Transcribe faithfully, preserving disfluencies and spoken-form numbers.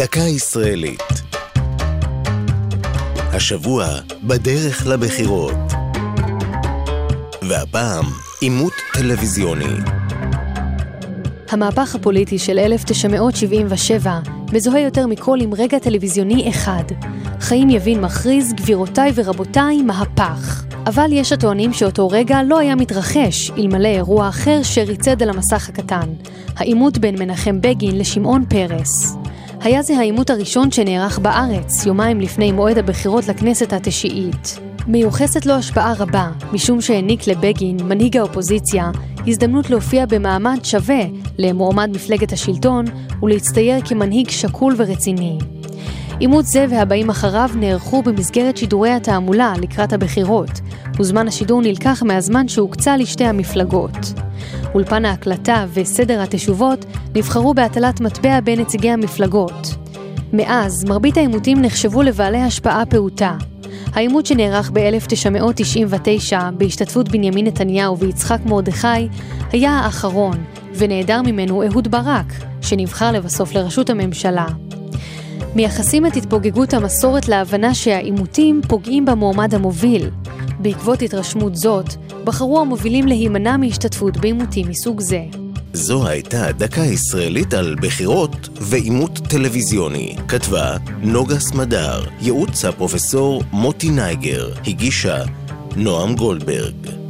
דקה ישראלית. השבוע בדרך לבחירות. והפעם עימות טלוויזיוני. המהפך הפוליטי של אלף תשע מאות שבעים ושבע מזוהה יותר מכל עם רגע טלוויזיוני אחד. חיים יבין מכריז, גבירותיי ורבותיי, מהפך. אבל יש הטוענים שאותו רגע לא היה מתרחש, אלמלא אירוע אחר שריצד על המסך הקטן. העימות בין מנחם בגין לשמעון פרס. היה זה העימות הראשון שנערך בארץ, יומיים לפני מועד הבחירות לכנסת התשיעית. מיוחסת לו השפעה רבה, משום שהעניק לבגין, מנהיג האופוזיציה, הזדמנות להופיע במעמד שווה למועמד מפלגת השלטון ולהצטייר כמנהיג שקול ורציני. עימות זה והבאים אחריו נערכו במסגרת שידורי התעמולה לקראת הבחירות, וזמן השידור נלקח מהזמן שהוקצה לשתי המפלגות. אולפן ההקלטה וסדר התשובות נבחרו בהטלת מטבע בין נציגי המפלגות. מאז, מרבית העימותים נחשבו לבעלי השפעה פעוטה. העימות שנערך ב-אלף תשע מאות תשעים ותשע בהשתתפות בנימין נתניהו ויצחק מרדכי היה האחרון, ונעדר ממנו אהוד ברק, שנבחר לבסוף לראשות הממשלה. מייחסים את התפוגגות המסורת להבנה שהעימותים פוגעים במועמד המוביל. בעקבות התרשמות זאת, בחרו המובילים להימנע מהשתתפות בעימותים מסוג זה. זו הייתה דקה ישראלית על בחירות ועימות טלוויזיוני. כתבה נוגה סמדר, ייעוץ הפרופסור מוטי נייגר, הגישה נועם גולדברג.